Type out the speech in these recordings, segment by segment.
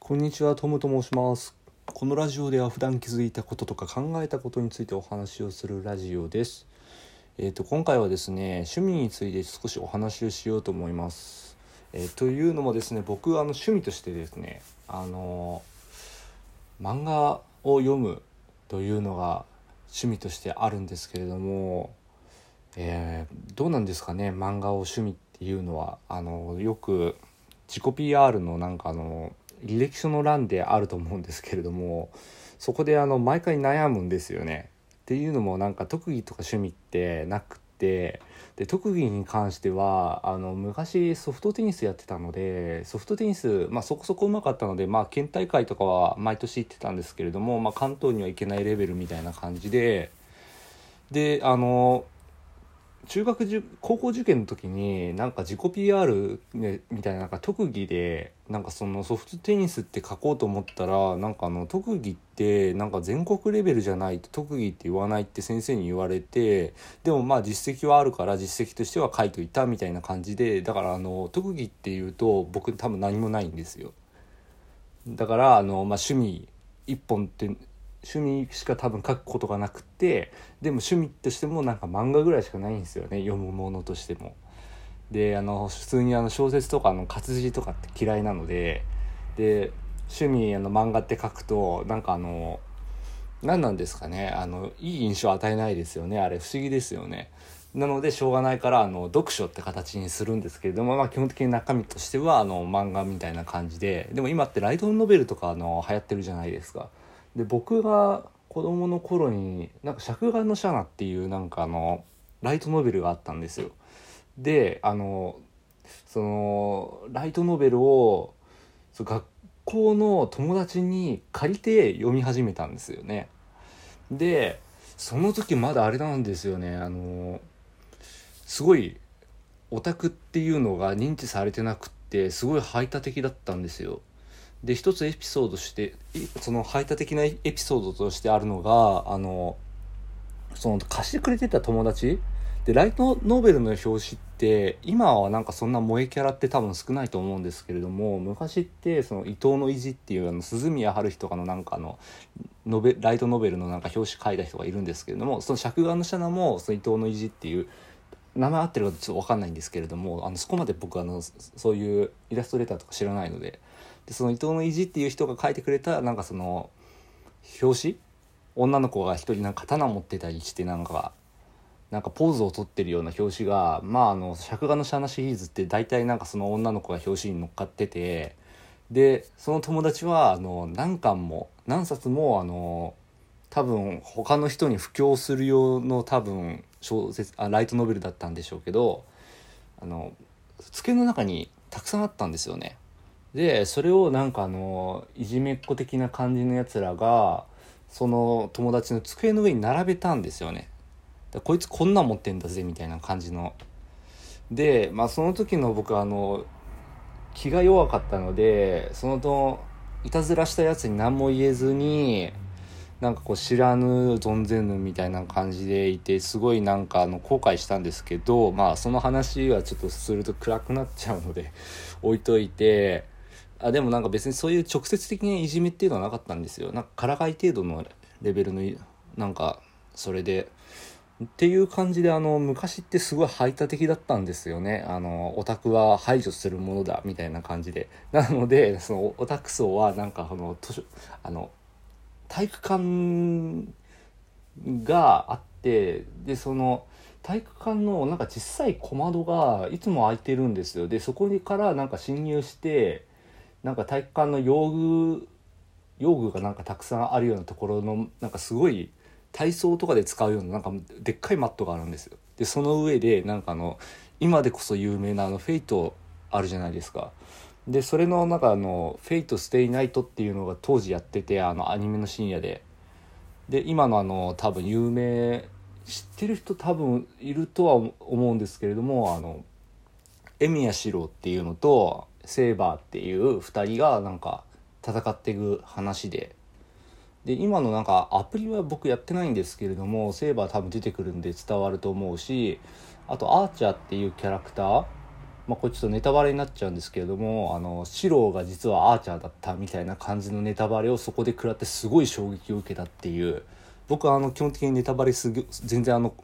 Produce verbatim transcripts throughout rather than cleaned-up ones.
こんにちは、トムと申します。このラジオでは普段気づいたこととか考えたことについてお話をするラジオです。えーと、今回はですね、趣味について少しお話をしようと思います。えー、というのもですね、僕はあの趣味としてですね、あの漫画を読むというのが趣味としてあるんですけれども、えーどうなんですかね、漫画を趣味っていうのは。あのよく自己 ピーアール のなんかあの履歴書の欄であると思うんですけれども、そこであの毎回悩むんですよね。っていうのもなんか特技とか趣味ってなくて、で特技に関してはあの昔ソフトテニスやってたので、ソフトテニス、まあ、そこそこ上手かったので、まあ、県大会とかは毎年行ってたんですけれども、まあ、関東には行けないレベルみたいな感じで、であの中学受高校受験の時になんか自己 ピーアール、ね、みたいな、なんか特技でなんかそのソフトテニスって書こうと思ったら、なんかあの特技ってなんか全国レベルじゃないと特技って言わないって先生に言われて、でもまあ実績はあるから実績としては書いといたみたいな感じで、だからあの特技っていうと僕多分何もないんですよ。だからあの、まあ、趣味一本って趣味しか多分書くことがなくて、でも趣味としてもなんか漫画ぐらいしかないんですよね、読むものとしても。であの普通にあの小説とかの活字とかって嫌いなので、で趣味あの漫画って書くとなんかあの何なんですかね、あのいい印象を与えないですよね。あれ不思議ですよね。なのでしょうがないからあの読書って形にするんですけれども、まあ、基本的に中身としてはあの漫画みたいな感じで、でも今ってライトノベルとかあの流行ってるじゃないですか。で僕が子供の頃になんか尺眼のシャナっていうなんかあのライトノベルがあったんですよ。であのそのライトノベルをそう学校の友達に借りて読み始めたんですよね。でその時まだあれなんですよね、あのすごいオタクっていうのが認知されてなくって、すごい排他的だったんですよ。で一つエピソードして、その排他的なエピソードとしてあるのが、あのその貸してくれてた友達で、ライトノベルの表紙って今はなんかそんな萌えキャラって多分少ないと思うんですけれども、昔ってその伊藤の意地っていうあの鈴宮春日とかのなんかあのノベライトノベルのなんか表紙書いた人がいるんですけれども、その尺眼のシャナもその伊藤の意地っていう名前合ってるかちょっと分かんないんですけれども、あのそこまで僕あのそういうイラストレーターとか知らないので、でその伊藤の意地っていう人が書いてくれたなんかその表紙、女の子が一人なんか刀持ってたりして、なんかなんかポーズを取ってるような表紙が、まああの尺眼のシャナシリーズって大体なんかその女の子が表紙に乗っかってて、でその友達はあの何巻も何冊もあの多分他の人に布教する用の多分小説あライトノベルだったんでしょうけど、あの机の中にたくさんあったんですよね。でそれをなんかあのいじめっ子的な感じのやつらがその友達の机の上に並べたんですよね。だこいつこんなん持ってんだぜみたいな感じの。でまあその時の僕はあの気が弱かったので、そのといたずらしたやつに何も言えずに、なんかこう知らぬ存ぜぬみたいな感じでいて、すごいなんかあの後悔したんですけど、まあその話はちょっとすると暗くなっちゃうので置いといて、あでもなんか別にそういう直接的ないじめっていうのはなかったんですよ。なんかからかい程度のレベルのなんかそれでっていう感じで、あの昔ってすごい排他的だったんですよね。あのオタクは排除するものだみたいな感じで、なのでそのオタク層はなんかあの図書あの体育館があって、でその体育館のなんか小さい小窓がいつも開いてるんですよ。でそこからなんか侵入して、なんか体育館の用具用具がなんかたくさんあるようなところのなんかすごい体操とかで使うようななんかでっかいマットがあるんですよ。でその上でなんかあの今でこそ有名なあのフェイトあるじゃないですか。でそれのなんかあのフェイトステイナイトっていうのが当時やってて、あのアニメの深夜で、で今のあの多分有名知ってる人多分いるとは思うんですけれども、あのエミヤシロウっていうのとセーバーっていうふたりがなんか戦っていく話で、で今のなんかアプリは僕やってないんですけれども、セーバー多分出てくるんで伝わると思うし、あとアーチャーっていうキャラクターまあこれちょっとネタバレになっちゃうんですけれども、あのシロが実はアーチャーだったみたいな感じのネタバレをそこで食らってすごい衝撃を受けたっていう。僕はあの基本的にネタバレすぐ全然あの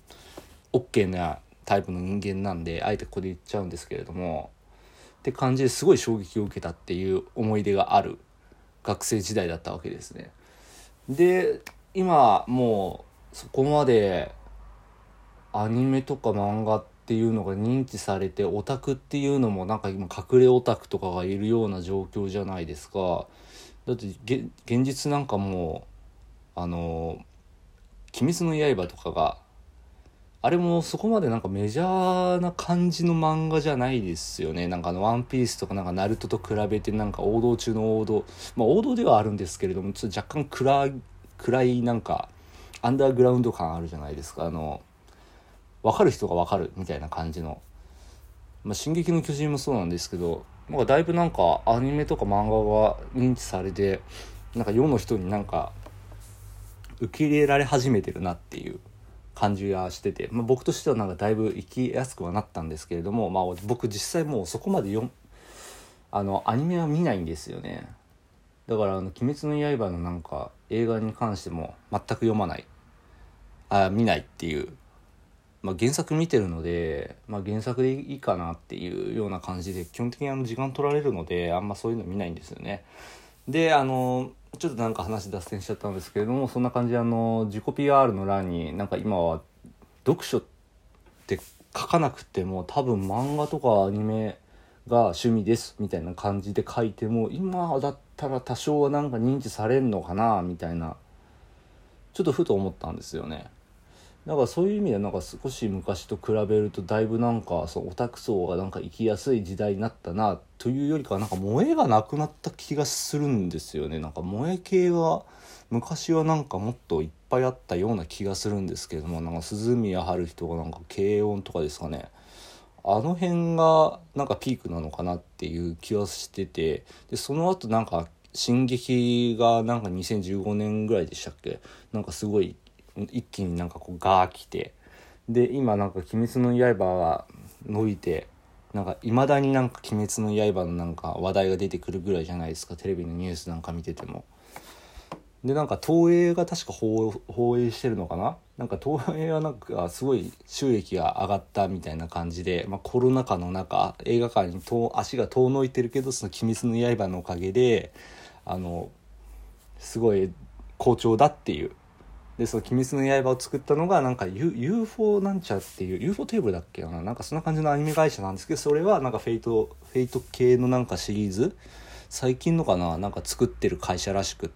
OK なタイプの人間なんで、あえてここで言っちゃうんですけれども、って感じですごい衝撃を受けたっていう思い出がある学生時代だったわけですね。で今もうそこまでアニメとか漫画っていうのが認知されて、オタクっていうのもなんか今隠れオタクとかがいるような状況じゃないですか。だってげ現実なんかもうあの鬼滅の刃とかが、あれもそこまでなんかメジャーな感じの漫画じゃないですよね。なんかあのワンピースとかなんかナルトと比べてなんか王道中の王道、まあ王道ではあるんですけれども、ちょっと若干暗い暗いなんかアンダーグラウンド感あるじゃないですか。あの分かる人が分かるみたいな感じの、まあ、進撃の巨人もそうなんですけど、なんかだいぶなんかアニメとか漫画が認知されて、なんか世の人になんか受け入れられ始めてるなっていう感じがしてて、まあ、僕としてはなんかだいぶ生きやすくはなったんですけれども、まあ、僕実際もうそこまでよあのアニメは見ないんですよね。だからあの鬼滅の刃のなんか映画に関しても全く読まない、あ見ないっていう、まあ、原作見てるので、まあ、原作でいいかなっていうような感じで基本的にあの時間取られるのであんまそういうの見ないんですよね。であのちょっとなんか話脱線しちゃったんですけれども、そんな感じであの自己 ピーアール の欄になんか今は読書って書かなくても多分漫画とかアニメが趣味ですみたいな感じで書いても今だったら多少はなんか認知されるのかなみたいな、ちょっとふと思ったんですよね。だからそういう意味でなんか少し昔と比べるとだいぶなんかそうオタク層がなんか生きやすい時代になったなというよりかは、なんか萌えがなくなった気がするんですよね。なんか萌え系が昔はなんかもっといっぱいあったような気がするんですけれども、なんか鈴宮春日とかなんか軽音とかですかね、あの辺がなんかピークなのかなっていう気はしてて、でその後なんか進撃がなんかにせんじゅうごねんぐらいでしたっけ、なんかすごい一気になんかこうガー来て、で今なんか鬼滅の刃が伸びて、なんか未だになんか鬼滅の刃のなんか話題が出てくるぐらいじゃないですか、テレビのニュースなんか見てても。でなんか東映が確か放放映してるのかな、なんか東映はなんかすごい収益が上がったみたいな感じで、まあ、コロナ禍の中映画館に遠足が遠のいてるけど、その鬼滅の刃のおかげであのすごい好調だっていう。でその鬼滅の刃を作ったのがなんか ユーフォー なんちゃっていう ユーフォー テーブルだっけな、なんかそんな感じのアニメ会社なんですけど、それはなんかフェイトフェイト系のなんかシリーズ最近のかな、なんか作ってる会社らしくって、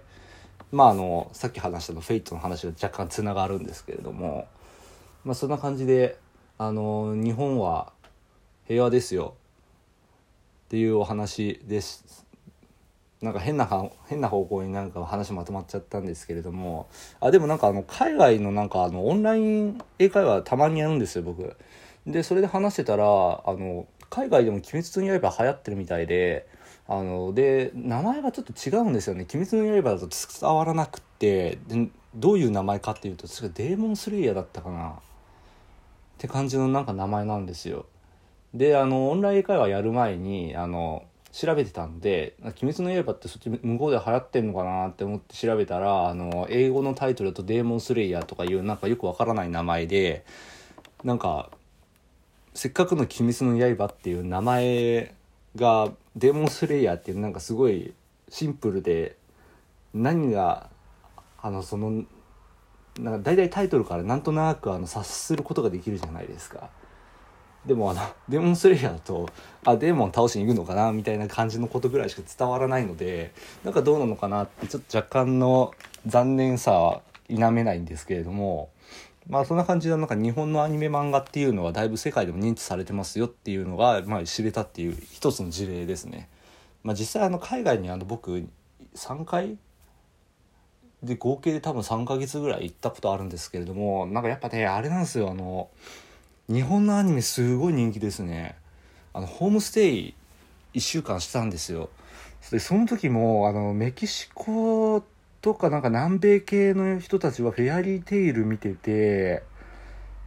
まああのさっき話したのフェイトの話が若干つながるんですけれども、まあそんな感じであの日本は平和ですよっていうお話です。なんか変な変な方向になんか話まとまっちゃったんですけれども、あでもなんかあの海外のなんかあのオンライン英会話たまにやるんですよ僕。でそれで話してたらあの海外でも鬼滅の刃流行ってるみたいで、あので名前がちょっと違うんですよね。鬼滅の刃だと伝わらなくって、でどういう名前かっていうと確かデーモンスレイヤーだったかなって感じのなんか名前なんですよ。であのオンライン英会話やる前にあの調べてたんで、鬼滅の刃ってそっち向こうで流行ってんのかなって思って調べたら、あの英語のタイトルだとデーモンスレイヤーとかいうなんかよくわからない名前で、なんかせっかくの鬼滅の刃っていう名前がデーモンスレイヤーっていうなんかすごいシンプルで、何があのそのなんか大体タイトルからなんとなくあの察することができるじゃないですか。でもあのデーモンスレイヤーだとあデーモン倒しに行くのかなみたいな感じのことぐらいしか伝わらないので、なんかどうなのかなってちょっと若干の残念さは否めないんですけれども、まあそんな感じでなんか日本のアニメ漫画っていうのはだいぶ世界でも認知されてますよっていうのが、まあ、知れたっていう一つの事例ですね。まあ、実際あの海外にあの僕さんかいで合計で多分さんかげつぐらい行ったことあるんですけれども、なんかやっぱねあれなんですよ、あの日本のアニメすごい人気ですね。あのホームステイいっしゅうかんしたんですよ。でその時もあのメキシコとかなんか南米系の人たちはフェアリーテイル見てて、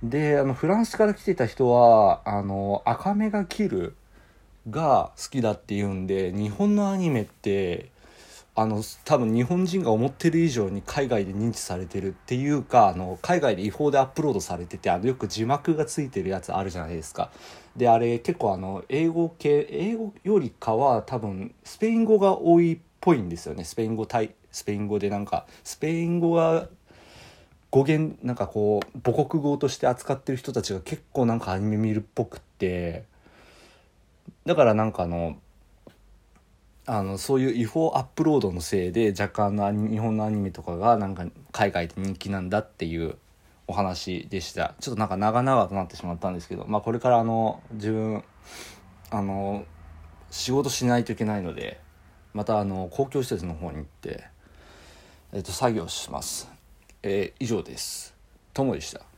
であのフランスから来てた人はあの赤目がキルが好きだっていうんで、日本のアニメってあの多分日本人が思ってる以上に海外で認知されてるっていうか、あの海外で違法でアップロードされてて、あのよく字幕がついてるやつあるじゃないですか。であれ結構あの英語系英語よりかは多分スペイン語が多いっぽいんですよね。スペイン語対スペイン語でなんかスペイン語が語源なんかこう母国語として扱ってる人たちが結構なんかアニメ見るっぽくって、だからなんかあのあのそういう違法アップロードのせいで若干の日本のアニメとかがなんか海外で人気なんだっていうお話でした。ちょっとなんか長々となってしまったんですけど、まあこれからあの自分あの仕事しないといけないので、またあの公共施設の方に行って、えっと、作業します。えー以上です。ともでした。